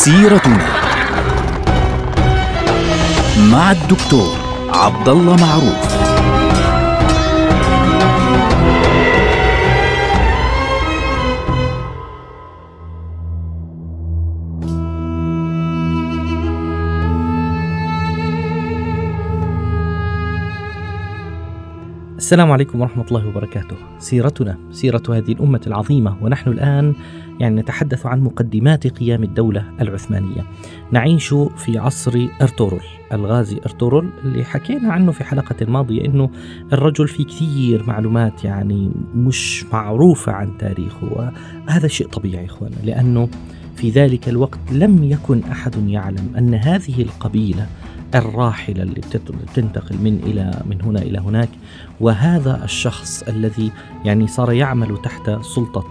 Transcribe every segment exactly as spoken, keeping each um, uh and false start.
سيرتنا مع الدكتور عبد الله معروف. السلام عليكم ورحمة الله وبركاته. سيرتنا سيرة هذه الأمة العظيمة، ونحن الآن يعني نتحدث عن مقدمات قيام الدولة العثمانية. نعيش في عصر أرطغرل، الغازي أرطغرل اللي حكينا عنه في حلقة الماضية، إنه الرجل في كثير معلومات يعني مش معروفة عن تاريخه، وهذا شيء طبيعي إخوانا، لأنه في ذلك الوقت لم يكن أحد يعلم أن هذه القبيلة الراحلة اللي بتنتقل من إلى من هنا إلى هناك، وهذا الشخص الذي يعني صار يعمل تحت سلطة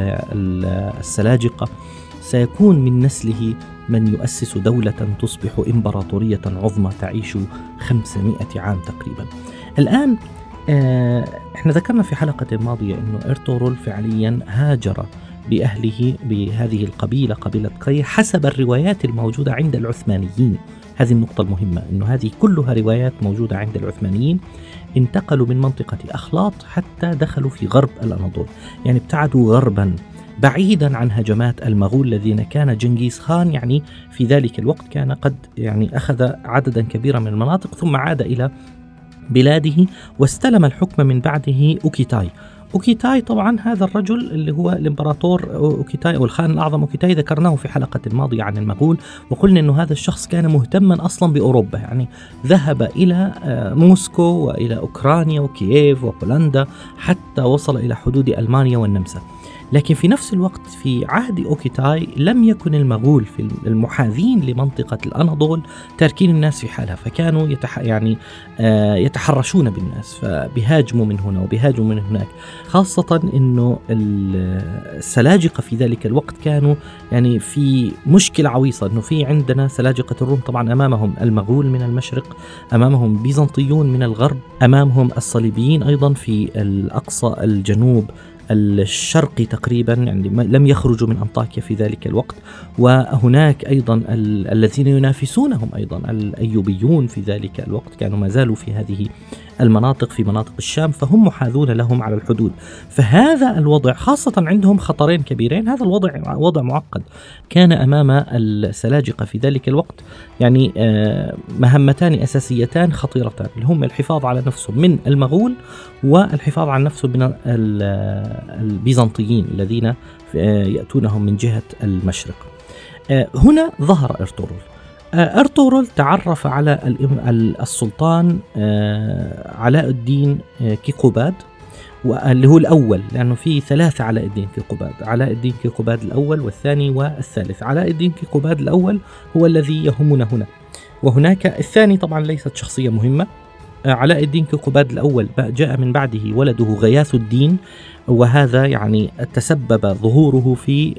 السلاجقة سيكون من نسله من يؤسس دولة تصبح إمبراطورية عظمى تعيش خمسمائة عام تقريبا. الآن احنا ذكرنا في حلقة الماضية أنه أرطغرل فعليا هاجر بأهله بهذه القبيلة، قبيلة قي، حسب الروايات الموجودة عند العثمانيين. هذه النقطة المهمة، أنه هذه كلها روايات موجودة عند العثمانيين. انتقلوا من منطقة أخلاط حتى دخلوا في غرب الأناضول، يعني ابتعدوا غربا بعيدا عن هجمات المغول الذين كان جنغيز خان يعني في ذلك الوقت كان قد يعني أخذ عددا كبيرا من المناطق، ثم عاد إلى بلاده واستلم الحكم من بعده أوكيتاي. أوكيتاي طبعا هذا الرجل اللي هو الإمبراطور أوكيتاي أو الخان الأعظم أوكيتاي، ذكرناه في حلقة الماضية عن المغول، وقلنا أنه هذا الشخص كان مهتما أصلا بأوروبا، يعني ذهب إلى موسكو وإلى أوكرانيا وكييف وبولندا حتى وصل إلى حدود ألمانيا والنمسا. لكن في نفس الوقت في عهد أوكيتاي لم يكن المغول في المحاذين لمنطقة الأناضول تاركين الناس في حالها، فكانوا يتح يعني آه يتحرشون بالناس، فبيهاجموا من هنا وبيهاجموا من هناك، خاصة إنه السلاجقة في ذلك الوقت كانوا يعني في مشكلة عويصة، إنه في عندنا سلاجقة الروم طبعا أمامهم المغول من المشرق، أمامهم بيزنطيون من الغرب، أمامهم الصليبيين أيضا في الأقصى الجنوب الشرقي تقريبا، يعني لم يخرجوا من أنطاكيا في ذلك الوقت، وهناك أيضا ال- الذين ينافسونهم أيضا الأيوبيون في ذلك الوقت كانوا ما زالوا في هذه المناطق في مناطق الشام، فهم محاذون لهم على الحدود. فهذا الوضع خاصة عندهم خطرين كبيرين، هذا الوضع وضع معقد. كان أمام السلاجقة في ذلك الوقت يعني مهمتان أساسيتان خطيرتان، اللي هم الحفاظ على نفسهم من المغول والحفاظ على نفسهم من البيزنطيين الذين يأتونهم من جهة المشرق. هنا ظهر أرطغرل. أرطغرل تعرف على السلطان علاء الدين كيقوباد، واللي هو الأول، لأنه في ثلاثة علاء الدين كيقوباد، علاء الدين كيقوباد الأول والثاني والثالث. علاء الدين كيقوباد الأول هو الذي يهمنا هنا، وهناك الثاني طبعا ليست شخصية مهمة. علاء الدين كيقوباد الأول جاء من بعده ولده غياث الدين، وهذا يعني تسبب ظهوره في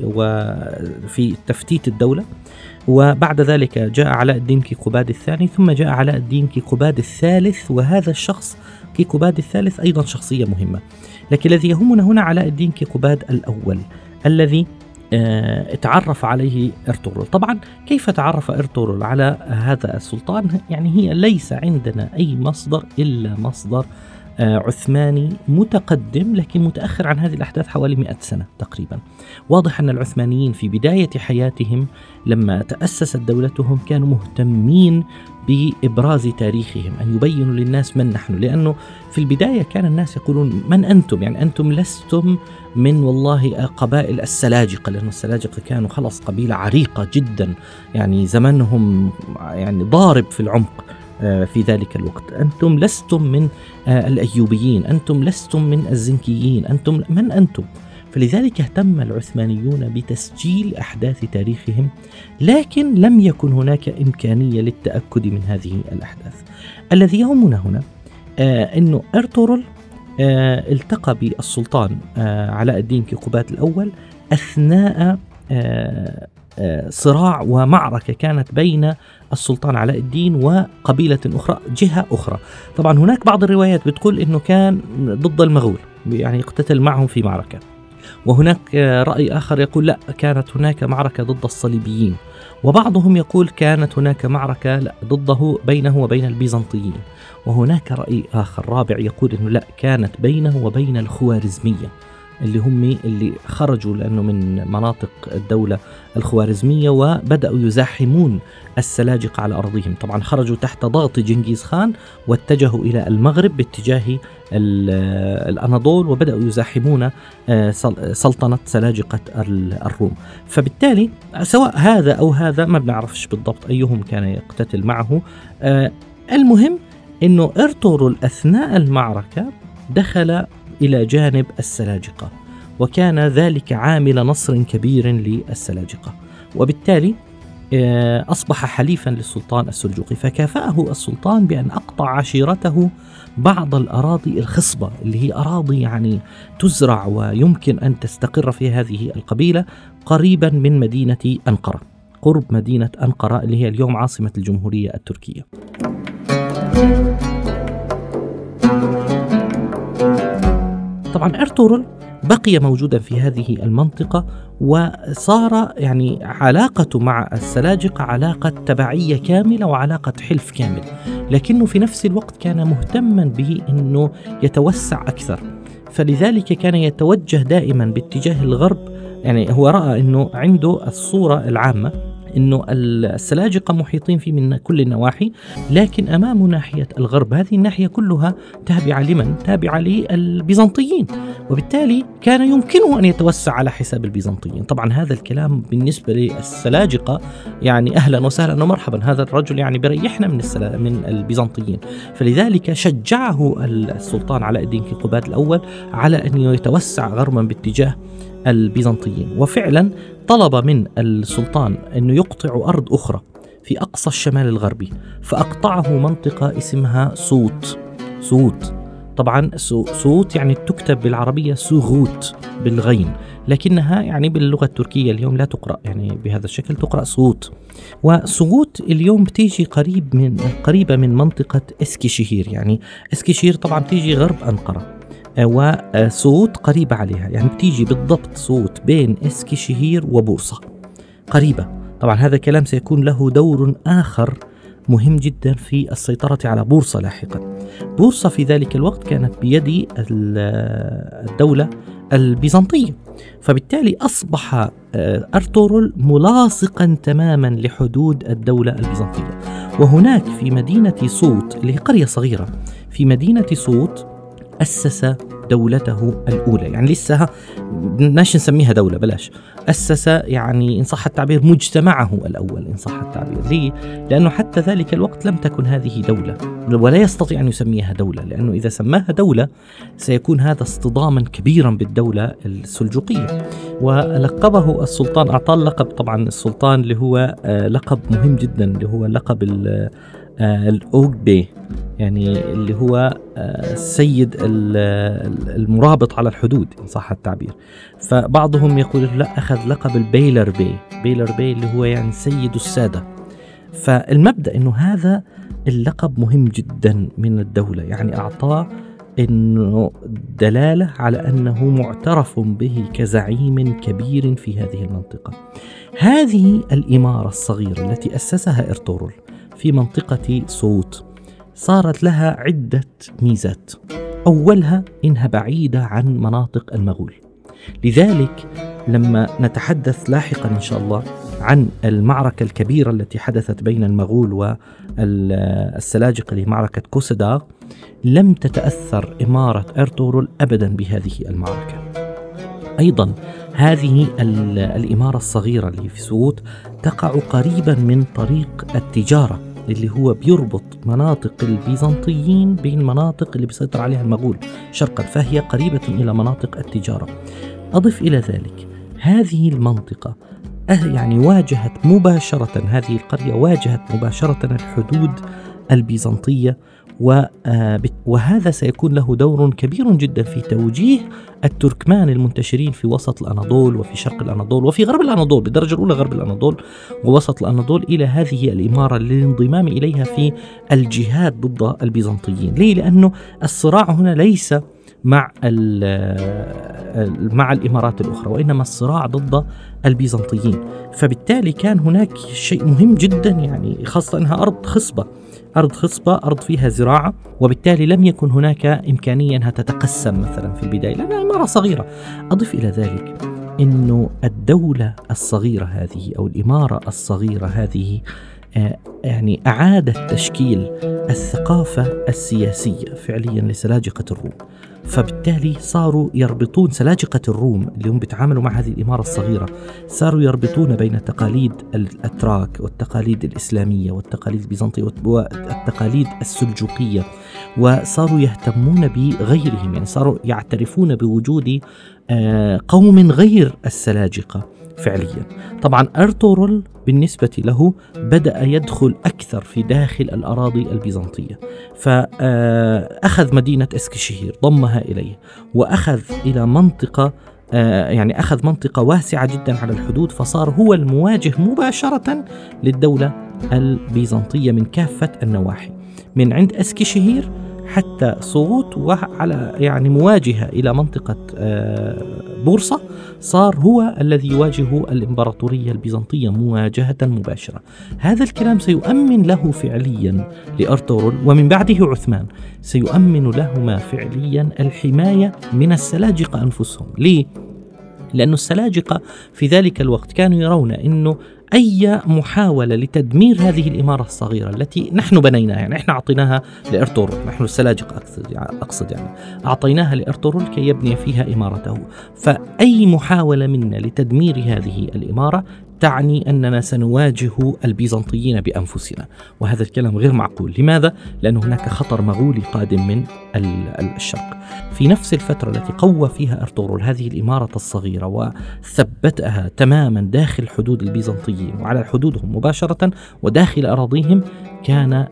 وفي تفتيت الدولة. وبعد ذلك جاء علاء الدين كيقوباد الثاني، ثم جاء علاء الدين كيقوباد الثالث، وهذا الشخص كيقوباد الثالث أيضا شخصية مهمة. لكن الذي يهمنا هنا علاء الدين كيقوباد الأول الذي اه تعرف عليه أرطغرل. طبعا كيف تعرف أرطغرل على هذا السلطان؟ يعني هي ليس عندنا أي مصدر إلا مصدر عثماني متقدم، لكن متأخر عن هذه الأحداث حوالي مئة سنة تقريبا. واضح أن العثمانيين في بداية حياتهم لما تأسست دولتهم كانوا مهتمين بإبراز تاريخهم، أن يبينوا للناس من نحن، لأنه في البداية كان الناس يقولون من أنتم، يعني أنتم لستم من والله قبائل السلاجقة، لأن السلاجقة كانوا خلص قبيلة عريقة جدا، يعني زمنهم يعني ضارب في العمق في ذلك الوقت. أنتم لستم من الأيوبيين، أنتم لستم من الزنكيين، أنتم من أنتم؟ فلذلك اهتم العثمانيون بتسجيل أحداث تاريخهم، لكن لم يكن هناك إمكانية للتأكد من هذه الأحداث. الذي يهمنا هنا آه أنه أرطغرل آه التقى بالسلطان آه علاء الدين كيقوباد الأول أثناء آه صراع ومعركة كانت بين السلطان علاء الدين وقبيلة أخرى جهة أخرى. طبعا هناك بعض الروايات بتقول إنه كان ضد المغول، يعني يقتتل معهم في معركة، وهناك رأي آخر يقول لا، كانت هناك معركة ضد الصليبيين، وبعضهم يقول كانت هناك معركة لا ضده بينه وبين البيزنطيين، وهناك رأي آخر رابع يقول أنه لا، كانت بينه وبين الخوارزمية اللي هم اللي خرجوا لأنه من مناطق الدولة الخوارزمية وبدأوا يزاحمون السلاجقة على أرضهم. طبعا خرجوا تحت ضغط جنكيز خان واتجهوا إلى المغرب باتجاه الأناضول وبدأوا يزاحمون سلطنة سلاجقة الروم. فبالتالي سواء هذا أو هذا ما بنعرفش بالضبط أيهم كان يقتتل معه. المهم أنه إرطغرل أثناء المعركة دخل إلى جانب السلاجقة، وكان ذلك عامل نصر كبير للسلاجقة، وبالتالي أصبح حليفا للسلطان السلجوقي. فكافأه السلطان بأن أقطع عشيرته بعض الأراضي الخصبة اللي هي أراضي يعني تزرع ويمكن أن تستقر في هذه القبيلة قريبا من مدينة أنقرة، قرب مدينة أنقرة اللي هي اليوم عاصمة الجمهورية التركية. طبعا إرطغرل بقي موجودا في هذه المنطقة، وصار يعني علاقته مع السلاجقة علاقة تبعية كاملة وعلاقة حلف كامل، لكنه في نفس الوقت كان مهتما به أنه يتوسع أكثر، فلذلك كان يتوجه دائما باتجاه الغرب. يعني هو رأى أنه عنده الصورة العامة أنه السلاجقة محيطين فيه من كل النواحي، لكن أمامه ناحية الغرب، هذه الناحية كلها تابعة لمن؟ تابعة للبيزنطيين، وبالتالي كان يمكنه أن يتوسع على حساب البيزنطيين. طبعا هذا الكلام بالنسبة للسلاجقة يعني أهلا وسهلا ومرحبا، هذا الرجل يعني بريحنا من من البيزنطيين. فلذلك شجعه السلطان علاء الدين كيقوباد الأول على أن يتوسع غربا باتجاه البيزنطيين، وفعلا طلب من السلطان أنه يقطع أرض أخرى في أقصى الشمال الغربي، فأقطعه منطقة اسمها صوت. صوت طبعا صوت يعني تكتب بالعربية سوغوت بالغين، لكنها يعني باللغة التركية اليوم لا تقرأ يعني بهذا الشكل، تقرأ صوت. وسوغوت اليوم بتيجي قريب من قريبة من منطقة اسكيشهير، يعني اسكيشهير طبعا بتيجي غرب أنقرة، وصوت قريبة عليها، يعني بتيجي بالضبط صوت بين اسكيشهير وبورصة قريبة. طبعا هذا الكلام سيكون له دور آخر مهم جدا في السيطرة على بورصة لاحقا. بورصة في ذلك الوقت كانت بيد الدولة البيزنطية، فبالتالي أصبح أرطغرل ملاصقا تماما لحدود الدولة البيزنطية. وهناك في مدينة صوت اللي هي قرية صغيرة، في مدينة صوت أسس دولته الأولى، يعني لسه بدناش نسميها دولة، بلاش أسس يعني إن صح التعبير مجتمعه الأول إن صح التعبير. ليه؟ لأنه حتى ذلك الوقت لم تكن هذه دولة، ولا يستطيع أن يسميها دولة، لأنه إذا سماها دولة سيكون هذا اصطداما كبيرا بالدولة السلجوقية. ولقبه السلطان، أعطاه اللقب طبعا السلطان اللي هو لقب مهم جدا، اللي هو لقب الأوغبي، يعني اللي هو السيد المرابط على الحدود إن صح التعبير. فبعضهم يقول لا، أخذ لقب البيلر بي، بيلر بي اللي هو يعني سيد السادة. فالمبدأ أنه هذا اللقب مهم جدا من الدولة، يعني أعطاه إنه دلالة على أنه معترف به كزعيم كبير في هذه المنطقة. هذه الإمارة الصغيرة التي أسسها إرطغرل في منطقة صوت صارت لها عدة ميزات. أولها إنها بعيدة عن مناطق المغول، لذلك لما نتحدث لاحقا إن شاء الله عن المعركة الكبيرة التي حدثت بين المغول والسلاجقة اللي معركة كوسداغ، لم تتأثر إمارة إرطغرل أبدا بهذه المعركة. أيضا هذه الإمارة الصغيرة اللي في سوت تقع قريبا من طريق التجارة اللي هو بيربط مناطق البيزنطيين بين مناطق اللي بيسيطر عليها المغول شرقا، فهي قريبة إلى مناطق التجارة. أضف إلى ذلك هذه المنطقة يعني واجهت مباشرة، هذه القرية واجهت مباشرة الحدود البيزنطية، وهذا سيكون له دور كبير جدا في توجيه التركمان المنتشرين في وسط الأناضول وفي شرق الأناضول وفي غرب الأناضول، بالدرجة الأولى غرب الأناضول ووسط الأناضول، إلى هذه الإمارة للانضمام إليها في الجهاد ضد البيزنطيين. ليه؟ لأنه الصراع هنا ليس مع مع الإمارات الأخرى، وإنما الصراع ضد البيزنطيين. فبالتالي كان هناك شيء مهم جدا، يعني خاصة أنها أرض خصبة أرض خصبة أرض فيها زراعة، وبالتالي لم يكن هناك إمكانية أنها تتقسم مثلا في البداية لأنها إمارة صغيرة. أضف إلى ذلك أنه الدولة الصغيرة هذه أو الإمارة الصغيرة هذه يعني أعادت تشكيل الثقافة السياسية فعليا لسلاجقة الروم. فبالتالي صاروا يربطون سلاجقة الروم اللي هم بيتعاملوا مع هذه الإمارة الصغيرة، صاروا يربطون بين تقاليد الأتراك والتقاليد الإسلامية والتقاليد البيزنطية والتقاليد السلجوقية، وصاروا يهتمون بغيرهم، يعني صاروا يعترفون بوجود قوم غير السلاجقة فعليا. طبعا أرطغرل بالنسبة له بدأ يدخل أكثر في داخل الأراضي البيزنطية، فأخذ مدينة إسكشهير ضمها إليه، وأخذ إلى منطقة يعني أخذ منطقة واسعة جدا على الحدود، فصار هو المواجه مباشرة للدولة البيزنطية من كافة النواحي، من عند إسكشهير حتى صوت، وعلى يعني مواجهة إلى منطقة بورصة صار هو الذي يواجه الإمبراطورية البيزنطية مواجهة مباشرة. هذا الكلام سيؤمن له فعليا لأرطغرل ومن بعده عثمان، سيؤمن لهما فعليا الحماية من السلاجقة أنفسهم. ليه؟ لأن السلاجقة في ذلك الوقت كانوا يرون أنه أي محاولة لتدمير هذه الإمارة الصغيرة التي نحن بنيناها، يعني إحنا أعطيناها لأرطغرل، نحن السلاجقة أقصد, أقصد يعني أعطيناها لأرطغرل كي يبني فيها إمارته، فأي محاولة منا لتدمير هذه الإمارة تعني أننا سنواجه البيزنطيين بأنفسنا، وهذا الكلام غير معقول. لماذا؟ لأن هناك خطر مغولي قادم من الشرق. في نفس الفترة التي قوى فيها أرطغرل هذه الإمارة الصغيرة وثبتها تماما داخل حدود البيزنطيين وعلى حدودهم مباشرة وداخل أراضيهم، كان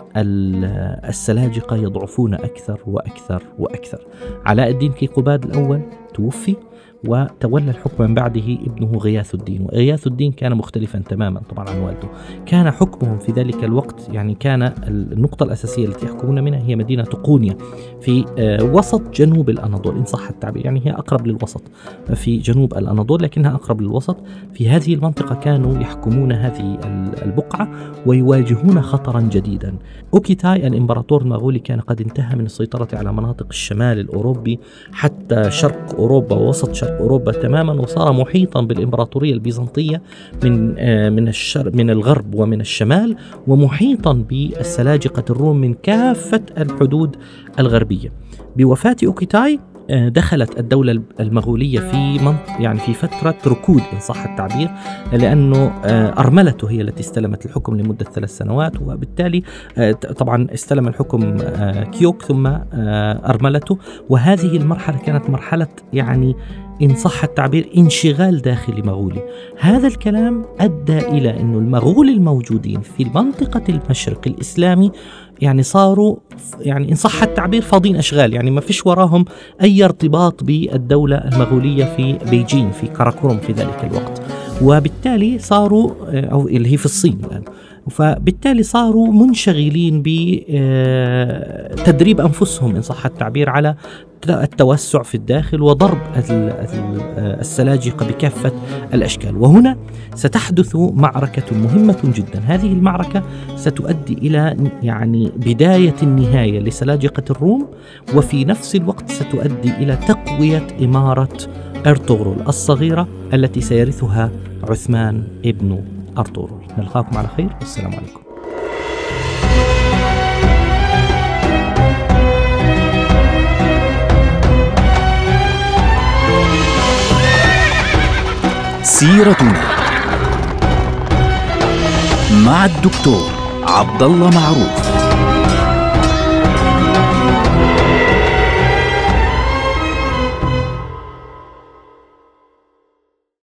السلاجقة يضعفون أكثر وأكثر وأكثر. علاء الدين كيقوباد الأول توفي، وتولى الحكم من بعده ابنه غياث الدين، وغياث الدين كان مختلفا تماما طبعا عن والده. كان حكمهم في ذلك الوقت يعني كان النقطة الأساسية التي يحكمون منها هي مدينة قونيا في وسط جنوب الأناضول إن صح التعبير، يعني هي أقرب للوسط في جنوب الأناضول لكنها أقرب للوسط. في هذه المنطقة كانوا يحكمون هذه البقعة ويواجهون خطرا جديدا. أوكيتاي الإمبراطور المغولي كان قد انتهى من السيطرة على مناطق الشمال الأوروبي حتى شرق أوروبا ووسط شرق أوروبا تماما، وصار محيطا بالإمبراطورية البيزنطية من من الشرق من الغرب ومن الشمال، ومحيطا بالسلاجقة الروم من كافة الحدود الغربية. بوفاة أوكيتاي دخلت الدولة المغولية في منطقة يعني في فترة ركود إن صح التعبير، لأنه أرملته هي التي استلمت الحكم لمدة ثلاث سنوات، وبالتالي طبعا استلم الحكم كيوك ثم أرملته، وهذه المرحلة كانت مرحلة يعني إن صح التعبير انشغال داخلي مغولي. هذا الكلام أدى إلى أن المغول الموجودين في منطقة المشرق الإسلامي يعني صاروا يعني إن صح التعبير فاضين أشغال، يعني ما فيش وراهم أي ارتباط بالدولة المغولية في بيجين في كاراكورم في ذلك الوقت، وبالتالي صاروا أو اللي هي في الصين الآن، فبالتالي صاروا منشغلين بتدريب أنفسهم إن صح التعبير على التوسع في الداخل وضرب السلاجقة بكافة الأشكال. وهنا ستحدث معركة مهمة جدا. هذه المعركة ستؤدي إلى يعني بداية النهاية لسلاجقة الروم، وفي نفس الوقت ستؤدي إلى تقوية إمارة أرطغرل الصغيرة التي سيرثها عثمان ابن أرطغرل. نلقاكم على خير، والسلام عليكم. سيرتنا مع الدكتور عبد الله معروف.